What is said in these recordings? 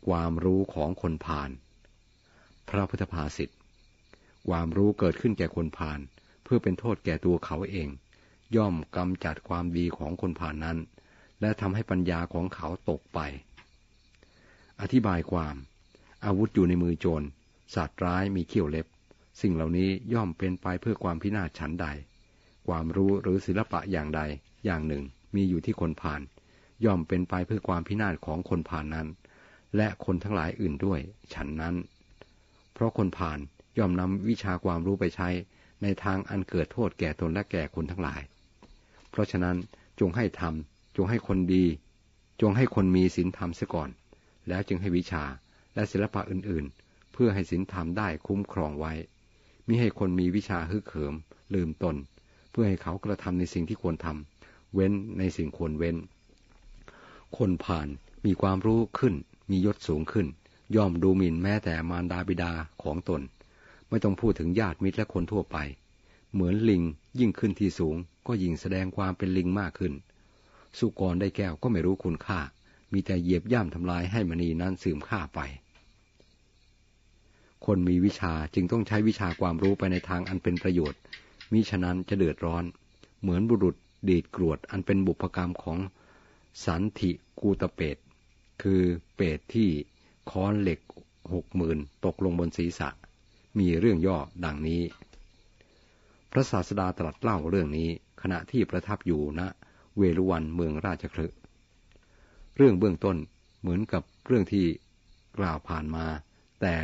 ความรู้ของคนพาลพระพุทธภาษิตความรู้เกิดขึ้นแก่คนพาลเพื่อเป็นโทษแก่ตัวเขาเองย่อมกำจัดความดีของคนพาลนั้นและทำให้ปัญญาของเขาตกไปอธิบายความอาวุธอยู่ในมือโจรสัตว์ร้ายมีเขี้ยวเล็บสิ่งเหล่านี้ย่อมเป็นไปเพื่อความพินาศฉันใดความรู้หรือศิลปะอย่างใดอย่างหนึ่งมีอยู่ที่คนพาลย่อมเป็นไปเพื่อความพินาศของคนพาลนั้นและคนทั้งหลายอื่นด้วยฉันนั้นเพราะคนพาลย่อมนำวิชาความรู้ไปใช้ในทางอันเกิดโทษแก่ตนและแก่คนทั้งหลายเพราะฉะนั้นจงให้ธรรมจงให้คนดีจงให้คนมีศีลธรรมเสียก่อนแล้วจึงให้วิชาและศิลปะอื่นๆเพื่อให้ศีลธรรมได้คุ้มครองไว้มิให้คนมีวิชาฮึกเหิมลืมตนเพื่อให้เขากระทำในสิ่งที่ควรทำเว้นในสิ่งควรเว้นคนพาลมีความรู้ขึ้นมียศสูงขึ้นย่อมดูหมิ่นแม้แต่มารดาบิดาของตนไม่ต้องพูดถึงญาติมิตรและคนทั่วไปเหมือนลิงยิ่งขึ้นที่สูงก็ยิ่งแสดงความเป็นลิงมากขึ้นสุกรได้แก้วก็ไม่รู้คุณค่ามีแต่เหยียบย่ำทำลายให้มณีนั้นเสื่อมค่าไปคนมีวิชาจึงต้องใช้วิชาความรู้ไปในทางอันเป็นประโยชน์มิฉะนั้นจะเดือดร้อนเหมือนบุรุษดีดกรวดอันเป็นบุพกรรมของสันธิกูตเปตคือเปตที่ค้อนเหล็ก60,000ตกลงบนศีรษะมีเรื่องย่อดังนี้พระศาสดาตรัสเล่าเรื่องนี้ขณะที่ประทับอยู่ณเวฬุวันเมืองราชคฤห์เรื่องเบื้องต้นเหมือนกับเรื่องที่กล่าวผ่านมาแต่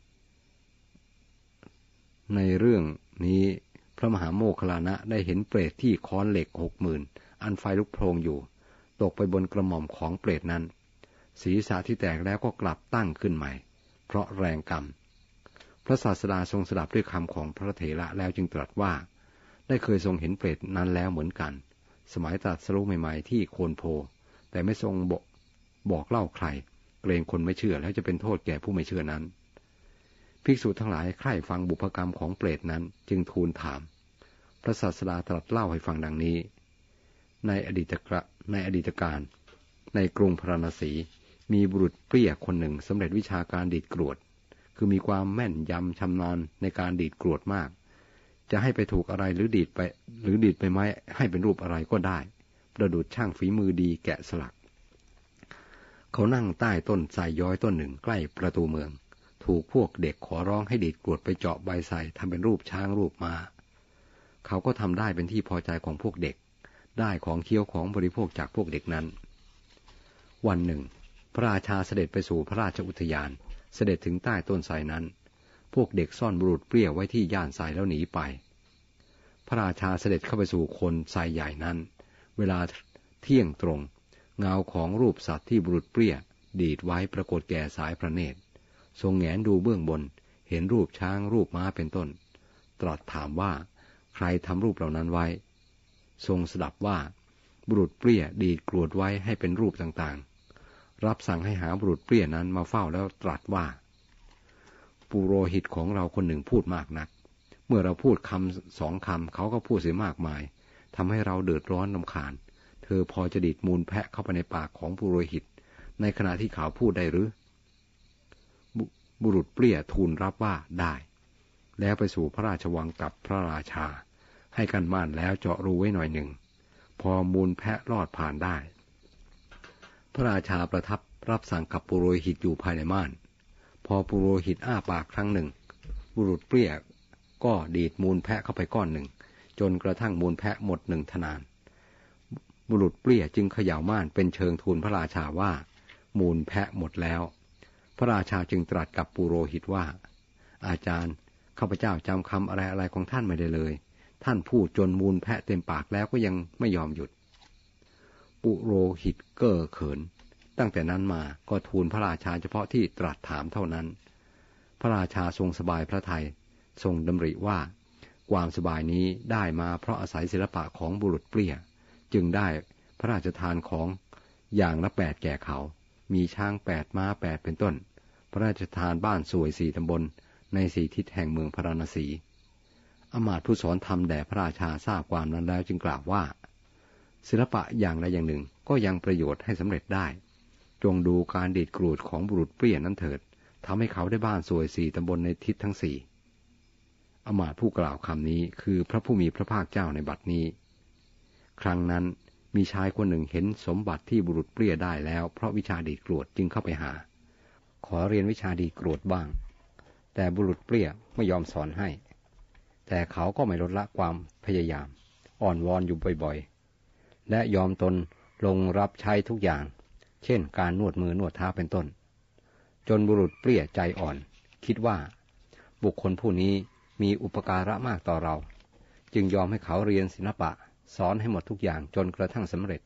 ในเรื่องนี้พระมหาโมคคัลลานะได้เห็นเปรตที่ค้อนเหล็ก60,000อันไฟลุกโพลงอยู่ตกไปบนกระหม่อมของเปรตนั้นศีรษะที่แตกแล้วก็กลับตั้งขึ้นใหม่เพราะแรงกรรมพระศาสดาทรงสดับด้วยคำของพระเถระแล้วจึงตรัสว่าได้เคยทรงเห็นเปรตนั้นแล้วเหมือนกันสมัยตรัสรู้ใหม่ๆที่โคนโพแต่ไม่ทรงบอกเล่าใครเกรงคนไม่เชื่อแล้วจะเป็นโทษแก่ผู้ไม่เชื่อนั้นภิกษุทั้งหลายใคร่ฟังบุพกรรมของเปรตนั้นจึงทูลถามพระศาสดาตรัสเล่าให้ฟังดังนี้ในอดีตการในกรุงพาราณสีมีบุรุษเปรี้ยคนหนึ่งสำเร็จวิชาการดีดกรวดคือมีความแม่นยำชำนาญในการดีดกรวดมากจะให้ไปถูกอะไรหรือดีดไปไม้ให้เป็นรูปอะไรก็ได้ประดุจช่างฝีมือดีแกะสลักเขานั่งใต้ต้นไทรย้อยต้นหนึ่งใกล้ประตูเมืองถูกพวกเด็กขอร้องให้ดีดกรวดไปเจาะใบไทรทำเป็นรูปช้างรูปม้าเขาก็ทำได้เป็นที่พอใจของพวกเด็กได้ของเคี้ยวของบริโภคจากพวกเด็กนั้นวันหนึ่งพระราชาเสด็จไปสู่พระราชอุทยานเสด็จถึงใต้ต้นไทรนั้นพวกเด็กซ่อนบุรุษเปรี้ยไว้ที่ย่านไทรแล้วหนีไปพระราชาเสด็จเข้าไปสู่โคนไทรใหญ่นั้นเวลาเที่ยงตรงเงาของรูปสัตว์ที่บุรุษเปรี้ยดีดไว้ปรากฏแก่สายพระเนตรทรงแงนดูเบื้องบนเห็นรูปช้างรูปม้าเป็นต้นตรัสถามว่าใครทำรูปเหล่านั้นไว้ทรงสดับว่าบุรุษเปรี้ยดีดกรวดไว้ให้เป็นรูปต่างๆรับสั่งให้หาบุรุษเปรี้ยนั้นมาเฝ้าแล้วตรัสว่าปุโรหิตของเราคนหนึ่งพูดมากนักเมื่อเราพูดคำ2 คำเขาก็พูดเสียมากมายทำให้เราเดือดร้อนรำคาญเธอพอจะดีดมูลแพะเข้าไปในปากของปุโรหิตในขณะที่เขาพูดได้หรือบุรุษเปรี้ยทูลรับว่าได้แล้วไปสู่พระราชวังกับพระราชาให้กันม่านแล้วเจาะรูไว้หน่อยหนึ่งพอมูลแพะรอดผ่านได้พระราชาประทับรับสั่งกับปุโรหิตอยู่ภายในม่านพอปุโรหิตอ้าปากครั้งหนึ่งบุรุษเปรี้ยก็ดีดมูลแพะเข้าไปก้อนหนึ่งจนกระทั่งมูลแพะหมด1 ทนานบุรุษเปรี้ยจึงเขย่าม่านเป็นเชิงทูลพระราชาว่ามูลแพะหมดแล้วพระราชาจึงตรัสกับปุโรหิตว่าอาจารย์ข้าพเจ้าจำคำอะไรของท่านไม่ได้เลยท่านพูดจนมูลแพะเต็มปากแล้วก็ยังไม่ยอมหยุดปุโรหิตเก้อเขินตั้งแต่นั้นมาก็ทูลพระราชาเฉพาะที่ตรัสถามเท่านั้นพระราชาทรงสบายพระทัยทรงดำริว่าความสบายนี้ได้มาเพราะอาศัยศิลปะของบุรุษเปรี้ยจึงได้พระราชทานของอย่างละ8แก่เขามีช้าง8ม้า8เป็นต้นพระราชทานบ้านสวย4 ตำบลใน4 ทิศแห่งเมืองพาราณสีอมาตย์ผู้สอนธรรมแด่พระราชาทราบความนั้นแล้วจึงกล่าวว่าศิลปะอย่างใดอย่างหนึ่งก็ยังประโยชน์ให้สำเร็จได้จงดูการดีดกรูดของบุรุษเปรี้ยนั้นเถิดทำให้เขาได้บ้านสวย4 ตำบลในทิศทั้ง4อมาตย์ผู้กล่าวคำนี้คือพระผู้มีพระภาคเจ้าในบัดนี้ครั้งนั้นมีชายคนหนึ่งเห็นสมบัติที่บุรุษเปรี้ยได้แล้วเพราะวิชาดีดกรวดจึงเข้าไปหาขอเรียนวิชาดีดกรวดบ้างแต่บุรุษเปรี้ยไม่ยอมสอนให้แต่เขาก็ไม่ลดละความพยายามอ่อนวอนอยู่บ่อยๆและยอมตนลงรับใช้ทุกอย่างเช่นการนวดมือนวดเท้าเป็นต้นจนบุรุษเปรี้ยใจอ่อนคิดว่าบุคคลผู้นี้มีอุปการะมากต่อเราจึงยอมให้เขาเรียนศิลปะสอนให้หมดทุกอย่างจนกระทั่งสำเร็จ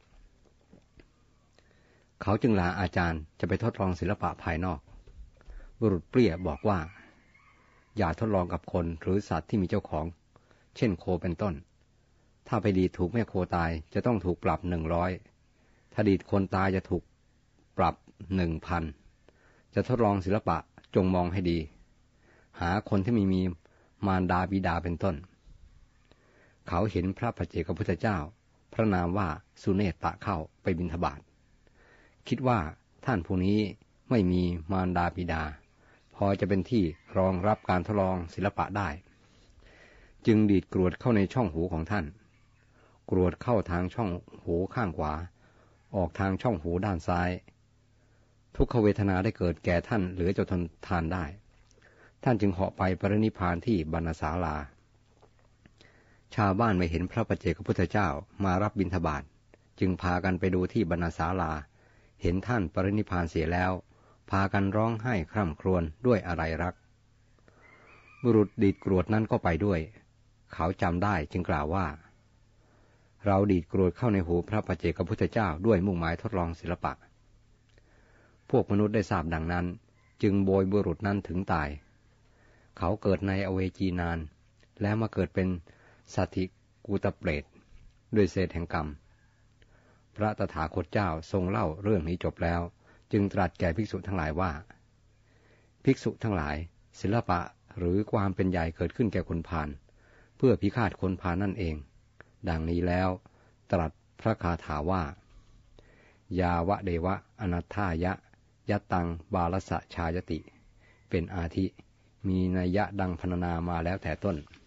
เขาจึงลาอาจารย์จะไปทดลองศิลปะภายนอกบุรุษเปรี้ยบอกว่าอย่าทดลองกับคนหรือสัตว์ที่มีเจ้าของเช่นโคเป็นต้นถ้าไปดีดถูกแม่โคตายจะต้องถูกปรับ100ถ้าดีดคนตายจะถูกปรับ 1,000 จะทดลองศิลปะจงมองให้ดีหาคนที่ไม่มีมารดาบิดาเป็นต้นเขาเห็นพระปัจเจกพุทธเจ้าพระนามว่าสุเนตตะเข้าไปบิณฑบาตคิดว่าท่านผู้นี้ไม่มีมารดาบิดาพอจะเป็นที่รองรับการทดลองศิลปะได้จึงดีดกรวดเข้าในช่องหูของท่านกรวดเข้าทางช่องหูข้างขวาออกทางช่องหูด้านซ้ายทุกขเวทนาได้เกิดแก่ท่านเหลือจะทนทานได้ท่านจึงเหาะไปปรินิพพานที่บรรณศาลาชาวบ้านไม่เห็นพระปัจเจกพุทธเจ้ามารับบิณฑบาตจึงพากันไปดูที่บรรณศาลาเห็นท่านปรินิพพานเสียแล้วพากันร้องไห้คร่ำครวญด้วยอะไรรักบุรุษดีดกรวดนั้นก็ไปด้วยเขาจำได้จึงกล่าวว่าเราดีดกรวดเข้าในหูพระปัจเจกพุทธเจ้าด้วยมุ่งหมายทดลองศิลปะพวกมนุษย์ได้ทราบดังนั้นจึงโบยบุรุษนั้นถึงตายเขาเกิดในอเวจีนานแล้วมาเกิดเป็นสัตถิกูตเปรตด้วยเศษแห่งกรรมพระตถาคตเจ้าทรงเล่าเรื่องนี้จบแล้วจึงตรัสแก่ภิกษุทั้งหลายว่าภิกษุทั้งหลายศิลปะหรือความเป็นใหญ่เกิดขึ้นแก่คนพาลเพื่อพิฆาตคนพาลนั่นเองดังนี้แล้วตรัสพระคาถาว่ายาวะเดวะอนัตถายะยะตังบาลสะชายติเป็นอาทิมีนัยยะดังพรรณนามาแล้วแต่ต้น